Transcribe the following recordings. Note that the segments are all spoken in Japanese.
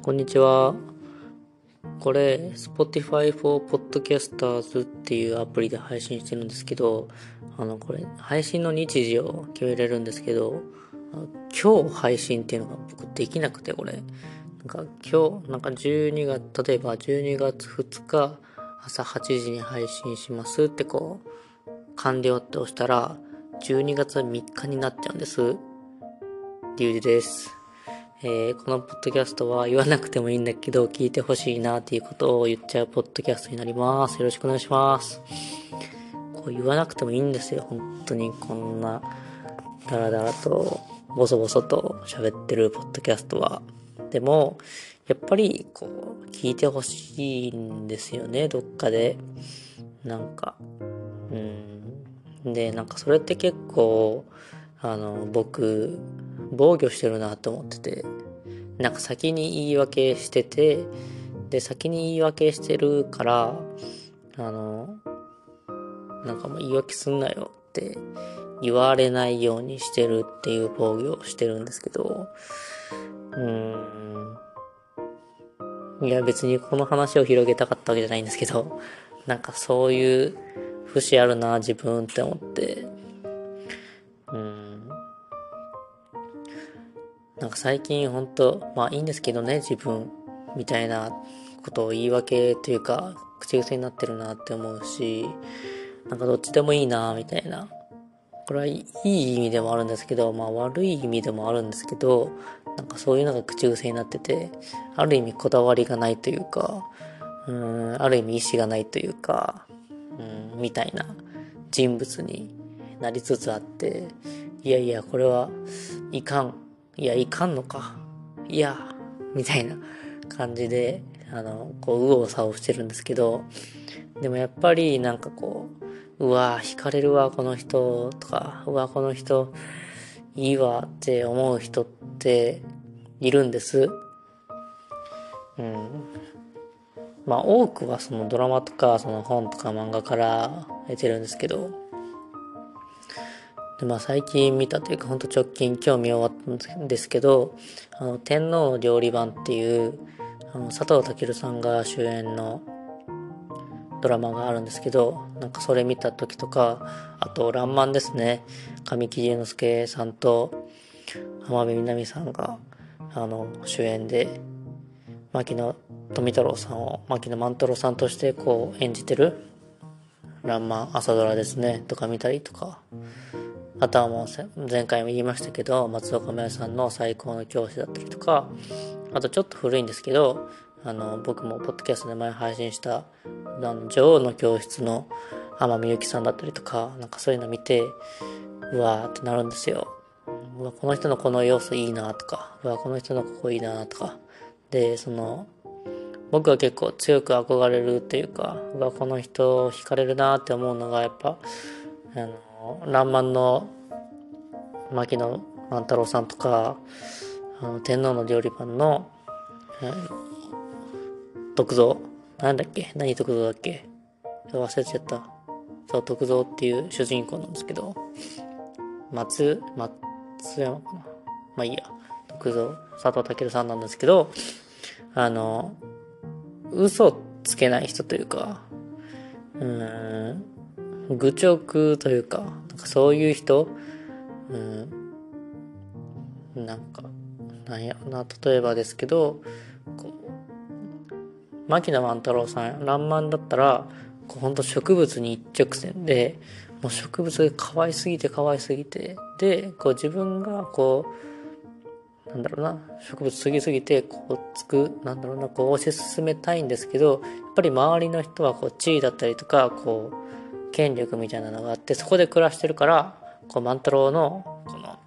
こんにちは。これ、Spotify for Podcasters っていうアプリで配信してるんですけど、これ、配信の日時を決めれるんですけど、今日配信っていうのが僕できなくて、これ。今日、例えば12月2日朝8時に配信しますって完了って押したら、12月3日になっちゃうんです。リュウジです。このポッドキャストは言わなくてもいいんだけど聞いてほしいなっていうことを言っちゃうポッドキャストになります。よろしくお願いします。言わなくてもいいんですよ。本当にこんなダラダラとボソボソと喋ってるポッドキャストは。でもやっぱり聞いてほしいんですよね、どっかで。でそれって結構僕防御してるなと思ってて、先に言い訳してて、で先に言い訳してるからもう言い訳すんなよって言われないようにしてるっていう防御をしてるんですけど、いや別にこの話を広げたかったわけじゃないんですけど、そういう節あるな自分って思って、最近ほんといいんですけどね、自分みたいなことを言い訳というか口癖になってるなって思うし、どっちでもいいなみたいな、これはいい意味でもあるんですけど、悪い意味でもあるんですけど、そういうのが口癖になってて、ある意味こだわりがないというか、ある意味意志がないというか、みたいな人物になりつつあって、いやこれはいかん、いかんのか、みたいな感じで右往左往してるんですけど、でもやっぱりうわ惹かれるわこの人とか、うわこの人いいわって思う人っているんです。多くはそのドラマとかその本とか漫画から得てるんですけど、で最近見たというか本当直近興味終わったんですけど、天皇の料理番っていう佐藤健さんが主演のドラマがあるんですけど、それ見た時とか、あとらんまんですね、神木隆之介さんと浜辺美波さんが主演で牧野富太郎さんを牧野万太郎さんとして演じてるらんまん朝ドラですねとか見たりとか、あとはもう前回も言いましたけど松岡茉優さんの最高の教師だったりとか、あとちょっと古いんですけど僕もポッドキャストで前配信した女王の教室の天海祐希さんだったりとか、そういうの見てうわーってなるんですよ。うわこの人のこの要素いいなとか、うわこの人のここいいなとかで、僕は結構強く憧れるっていうか、うわこの人惹かれるなって思うのがやっぱらんまんの牧野万太郎さんとか、天皇の料理番の徳蔵、何徳蔵だっけ、忘れちゃった。そう徳蔵っていう主人公なんですけど、松山かな、いいや、徳蔵佐藤健さんなんですけど、嘘つけない人というか、愚直というか、そういう人、なんやろな、例えばですけど、牧野万太郎さん、らんまんだったら、ほんと植物に一直線で、もう植物が可愛すぎて、で、自分が植物過ぎすぎて、推し進めたいんですけど、やっぱり周りの人は地位だったりとか、権力みたいなのがあって、そこで暮らしてるから、万太郎の、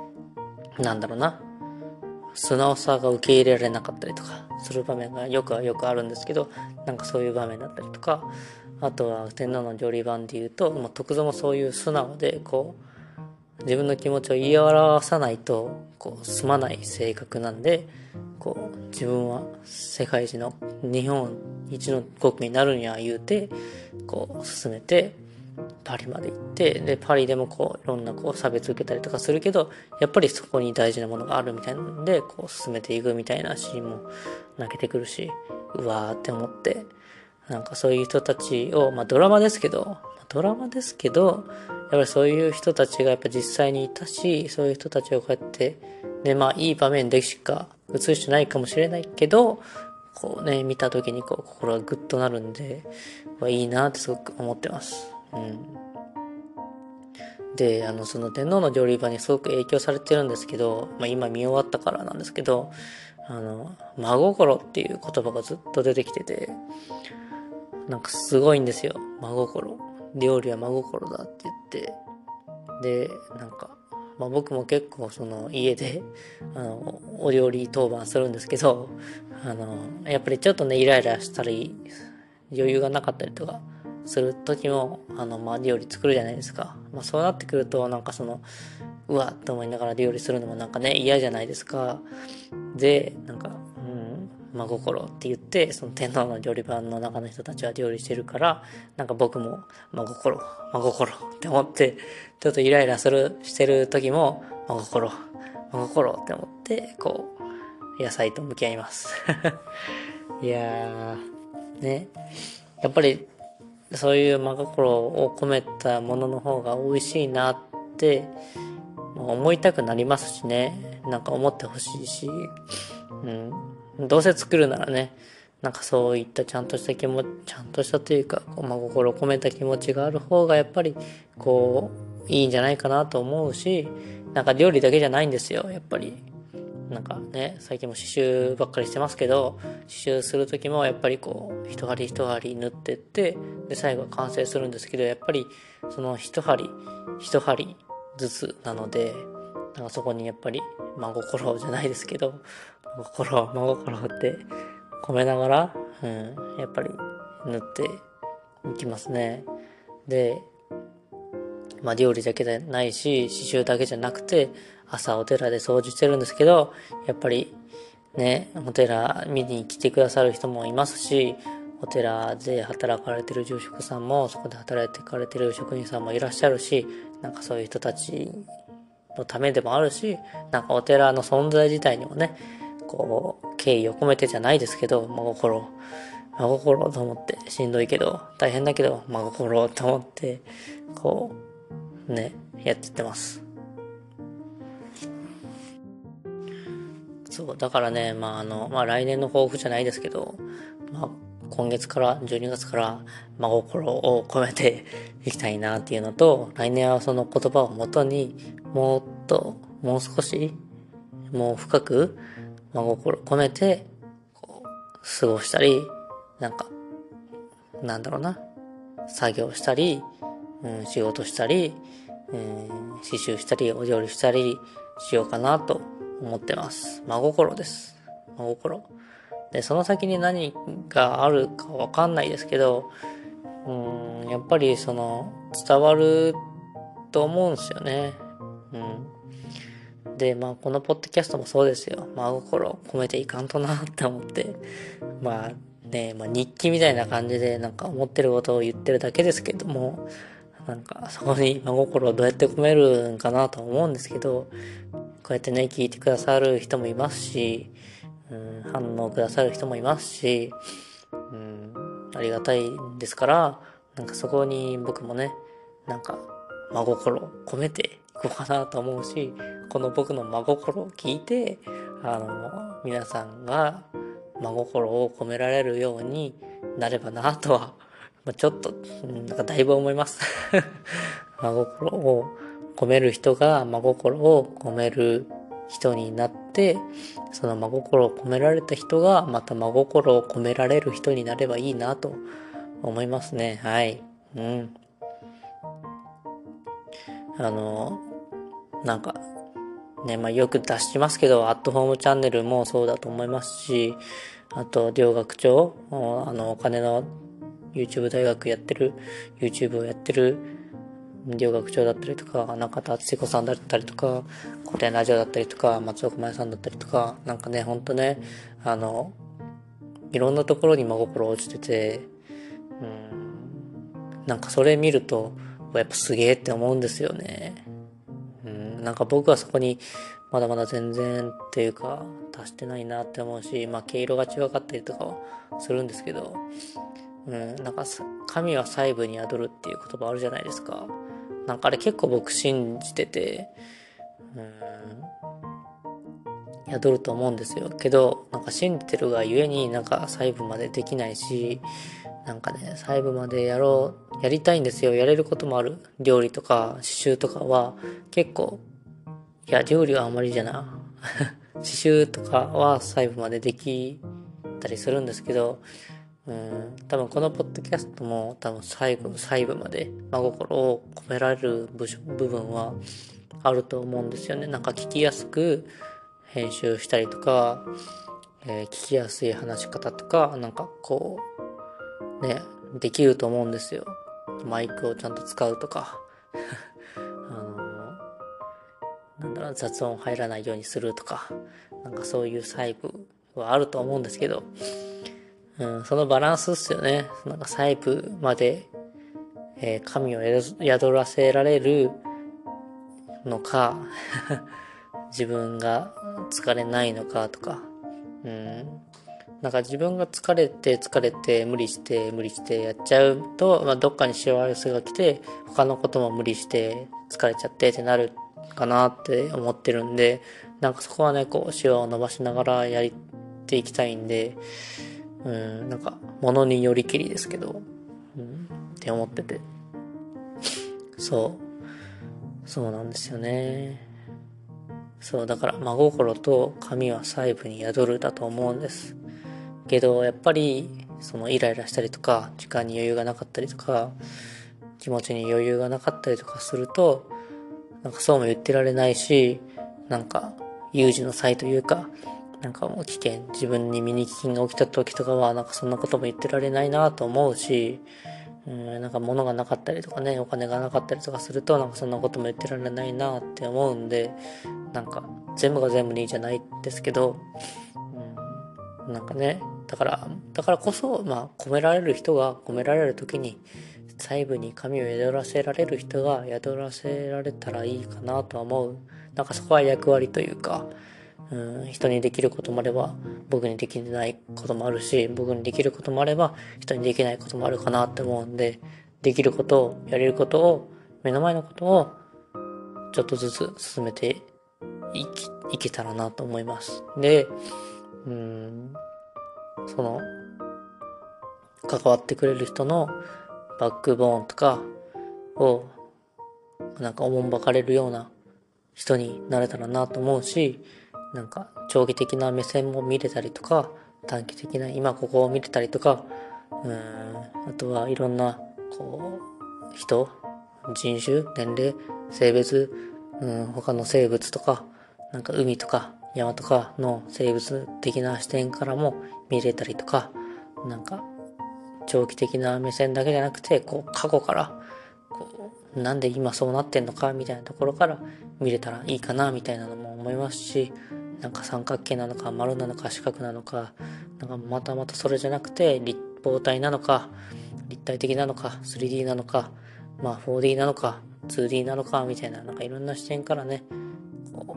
素直さが受け入れられなかったりとかする場面がよくあるんですけど、そういう場面だったりとか、あとは天皇の料理番でいうと、徳蔵もそういう素直で自分の気持ちを言い表さないと済まない性格なんで、自分は世界一の日本一の国になるには言うて進めて、 パリまで行って、でパリでもこういろんなこう差別受けたりとかするけど、やっぱりそこに大事なものがあるみたいなのでこう進めていくみたいなシーンも泣けてくるし、うわーって思って、なんかそういう人たちを、ドラマですけど、やっぱりそういう人たちがやっぱ実際にいたし、そういう人たちをこうやって、ね、いい場面でしか映してないかもしれないけど、こうね、見た時にこう心がグッとなるんで、いいなってすごく思ってます。で、その天皇の料理場にすごく影響されてるんですけど、今見終わったからなんですけど、真心っていう言葉がずっと出てきてて、なんかすごいんですよ。真心。料理は真心だって言って。で、なんか、僕も結構その家で、お料理当番するんですけど、やっぱりちょっとね、イライラしたり、余裕がなかったりとかする時も、料理作るじゃないですか。そうなってくると、なんかうわっと思いながら料理するのもなんかね、嫌じゃないですか。で、なんか、真心って言って、その天皇の料理番の中の人たちは料理してるから、なんか僕も真心って思って、ちょっとイライラしてる時も、真心って思って、こう、野菜と向き合います。いやー、ね。やっぱり、そういう真心を込めたものの方が美味しいなって、思いたくなりますしね。なんか思ってほしいし、どうせ作るならね、なんかそういったちゃんとしたというか、真心を込めた気持ちがある方がやっぱり、こう、いいんじゃないかなと思うし、なんか料理だけじゃないんですよ、やっぱり。なんかね、最近も刺繍ばっかりしてますけど、刺繍する時もやっぱりこう、一針一針縫ってって、で、最後は完成するんですけど、やっぱり、その一針ずつなので、なんかそこにやっぱり、真心じゃないですけど、真心って込めながら、やっぱり縫っていきますね。で、料理だけじゃないし、刺繍だけじゃなくて、朝お寺で掃除してるんですけど、やっぱりね、お寺見に来てくださる人もいますし、お寺で働かれてる住職さんも、そこで働いてかれてる職人さんもいらっしゃるし、なんかそういう人たちのためでもあるし、なんかお寺の存在自体にもね、こう、敬意を込めてじゃないですけど、真心と思って、しんどいけど、大変だけど、真心と思って、こう、ね、やってってます。そう、だからね、来年の抱負じゃないですけど、今月から、12月から真心を込めていきたいなっていうのと、来年はその言葉をもとに、もう少し、もう深く真心を込めて、こう、過ごしたり、なんか、なんだろうな、作業したり、仕事したり、刺繍したり、お料理したりしようかなと思ってます。真心です。真心。で、その先に何があるかわかんないですけど、やっぱり伝わると思うんですよね。で、このポッドキャストもそうですよ。真心込めていかんとなって思って。日記みたいな感じでなんか思ってることを言ってるだけですけども、なんかそこに真心をどうやって込めるんかなと思うんですけど、こうやってね、聞いてくださる人もいますし、反応くださる人もいますし、ありがたいですから、なんかそこに僕もね、なんか真心を込めていこうかなと思うし、この僕の真心を聞いて、皆さんが真心を込められるようになればなとは、ちょっと、なんかだいぶ思います。真心を込める人が真心を込める人になって、その真心を込められた人がまた真心を込められる人になればいいなと思いますね。はい。なんか、ね、よく出しますけど、アットホームチャンネルもそうだと思いますし、あと、両学長、お金の YouTube をやってる両学長だったりとか、中田敦彦さんだったりとか、古典ラジオだったりとか、松岡茉優さんだったりとか、なんかね、ほんとね、いろんなところに真心落ちてて、なんかそれ見ると、 やっぱすげえって思うんですよね。なんか僕はそこにまだまだ全然っていうか達してないなって思うし、毛色が違かったりとかはするんですけど、なんか神は細部に宿るっていう言葉あるじゃないですか。なんかあれ結構僕信じてて、宿ると思うんですよ。けど、なんか信じてるがゆえになんか細部までできないし、なんかね、細部までやりたいんですよ。やれることもある。料理とか刺繍とかは結構、いや、料理はあまりじゃな。刺繍とかは細部までできたりするんですけど、多分このポッドキャストも多分細部まで真心を込められる部分はあると思うんですよね。なんか聞きやすく編集したりとか、聞きやすい話し方とか、なんかこう、ね、できると思うんですよ。マイクをちゃんと使うとか、雑音入らないようにするとか、なんかそういう細部はあると思うんですけど、そのバランスっすよね。なんか細部まで、神を宿らせられるのか、自分が疲れないのかとか、なんか自分が疲れて無理してやっちゃうと、どっかに幸せが来て他のことも無理して疲れちゃってってなるかなって思ってるんで、なんかそこはねこうシワを伸ばしながらやっていきたいんで、なんか物によりきりですけど、って思ってて、そうなんですよね。そうだから真心と神は細部に宿るだと思うんです。けどやっぱりそのイライラしたりとか時間に余裕がなかったりとか気持ちに余裕がなかったりとかすると、なんかそうも言ってられないし、なんか有事の際というか、なんかもう自分に身に危険が起きた時とかはなんかそんなことも言ってられないなと思うし、なんか物がなかったりとかね、お金がなかったりとかするとなんかそんなことも言ってられないなって思うんで、なんか全部が全部でいいじゃないですけど、なんかね、だからこそ、込められる人が込められる時に、細部に神を宿らせられる人が宿らせられたらいいかなとは思う。なんかそこは役割というか、人にできることもあれば、僕にできないこともあるし、僕にできることもあれば、人にできないこともあるかなって思うんで、できることを、やれることを、目の前のことを、ちょっとずつ進めていけたらなと思います。で、その関わってくれる人のバックボーンとかをなんかおもんばかれるような人になれたらなと思うし、なんか長期的な目線も見れたりとか、短期的な今ここを見れたりとか、あとはいろんなこう人種、年齢、性別、他の生物とか、なんか海とか山とかの生物的な視点からも見れたりとか、なんか長期的な目線だけじゃなくて、こう過去からこうなんで今そうなってんのかみたいなところから見れたらいいかなみたいなのも思いますし、なんか三角形なのか丸なのか四角なのか、なんかまたそれじゃなくて立方体なのか立体的なのか 3D なのか、4D なのか 2D なのかみたいな、なんかいろんな視点からね、こ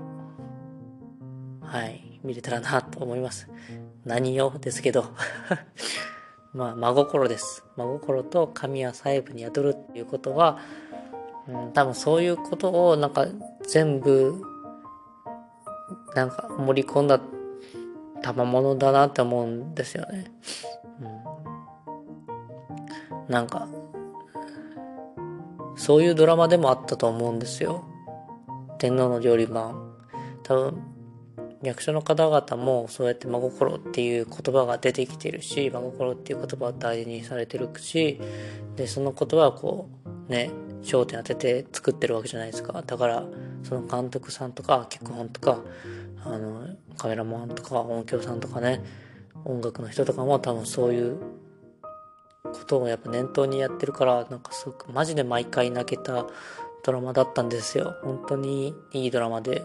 う見れたらなと思います。何よですけど真心です。真心と神は細部に宿るっていうことは、多分そういうことをなんか全部なんか盛り込んだ賜物だなって思うんですよね。なんかそういうドラマでもあったと思うんですよ。天皇の料理番。多分役所の方々もそうやって真心っていう言葉が出てきてるし、真心っていう言葉を大事にされてるし、でその言葉をこうね焦点当てて作ってるわけじゃないですか。だからその監督さんとか脚本とかカメラマンとか音響さんとかね、音楽の人とかも多分そういうことをやっぱ念頭にやってるから、なんかすごくマジで毎回泣けたドラマだったんですよ。本当にいいドラマで、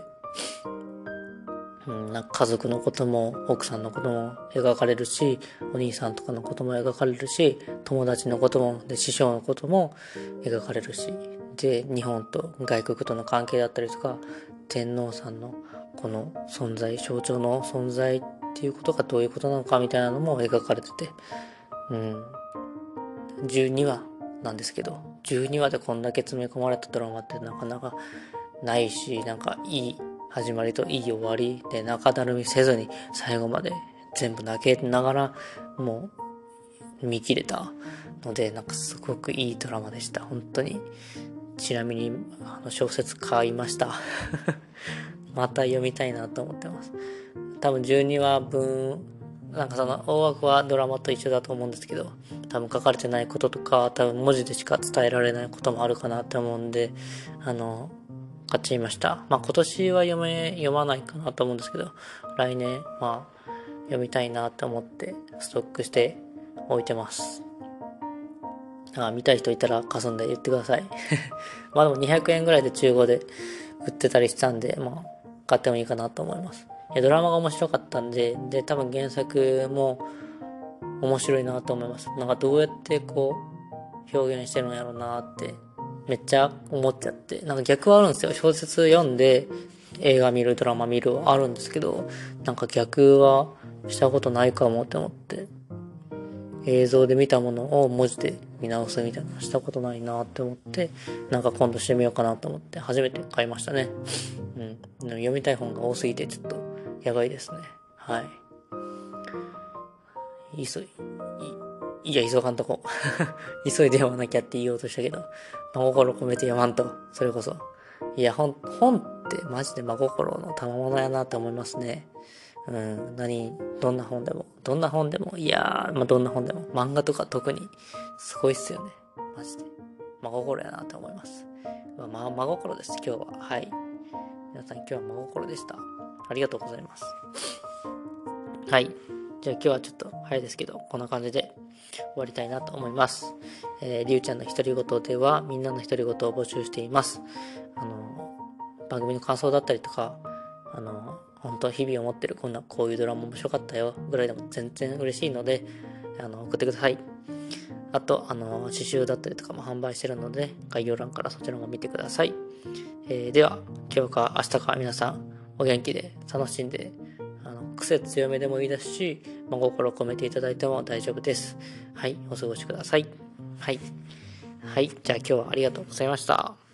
なんか家族のことも奥さんのことも描かれるし、お兄さんとかのことも描かれるし、友達のこともで師匠のことも描かれるし、 で、日本と外国との関係だったりとか、天皇さんのこの存在、象徴の存在っていうことがどういうことなのかみたいなのも描かれてて、12話なんですけど、12話でこんだけ詰め込まれたドラマってなかなかないし、なんかいい始まりといい終わりで中だるみせずに最後まで全部泣けながらもう見切れたので、なんかすごくいいドラマでした。本当に。ちなみに小説買いました。また読みたいなと思ってます。多分12話分、なんかその大枠はドラマと一緒だと思うんですけど、多分書かれてないこととか、多分文字でしか伝えられないこともあるかなって思うんで、買っちゃいました。まあ今年は読まないかなと思うんですけど、来年、まあ読みたいなって思ってストックして置いてます。見たい人いたら貸すんで言ってください。まあでも200円ぐらいで中古で売ってたりしたんで、まあ買ってもいいかなと思います。ドラマが面白かったんで、多分原作も面白いなと思います。なんかどうやってこう表現してるんやろうなってめっちゃ思っちゃって、なんか逆はあるんですよ。小説読んで映画見る、ドラマ見るはあるんですけど、なんか逆はしたことないかもって思って、映像で見たものを文字で見直すみたいなのしたことないなって思って、なんか今度してみようかなと思って初めて買いましたね。でも読みたい本が多すぎてちょっとやばいですね。はい。いや、急がんとこ。急いで読まなきゃって言おうとしたけど、真心込めて読まんと、それこそ。いや、本ってマジで真心の賜物やなって思いますね。どんな本でも、いやー、まあ、どんな本でも、漫画とか特に、すごいっすよね。マジで。真心やなって思います。真心です、今日は。はい。皆さん今日は真心でした。ありがとうございます。はい。じゃあ今日はちょっと早いですけど、こんな感じで終わりたいなと思います。りゅうちゃんの独り言では、みんなの独り言を募集しています。番組の感想だったりとか、本当日々思ってるこういうドラマ面白かったよぐらいでも全然嬉しいので、送ってください。あと、刺繍だったりとかも販売してるので、概要欄からそちらも見てください。では、今日か明日か皆さんお元気で楽しんで、癖強めでもいいですし、真心込めていただいても大丈夫です。はい、お過ごしください。はい。はい、じゃあ今日はありがとうございました。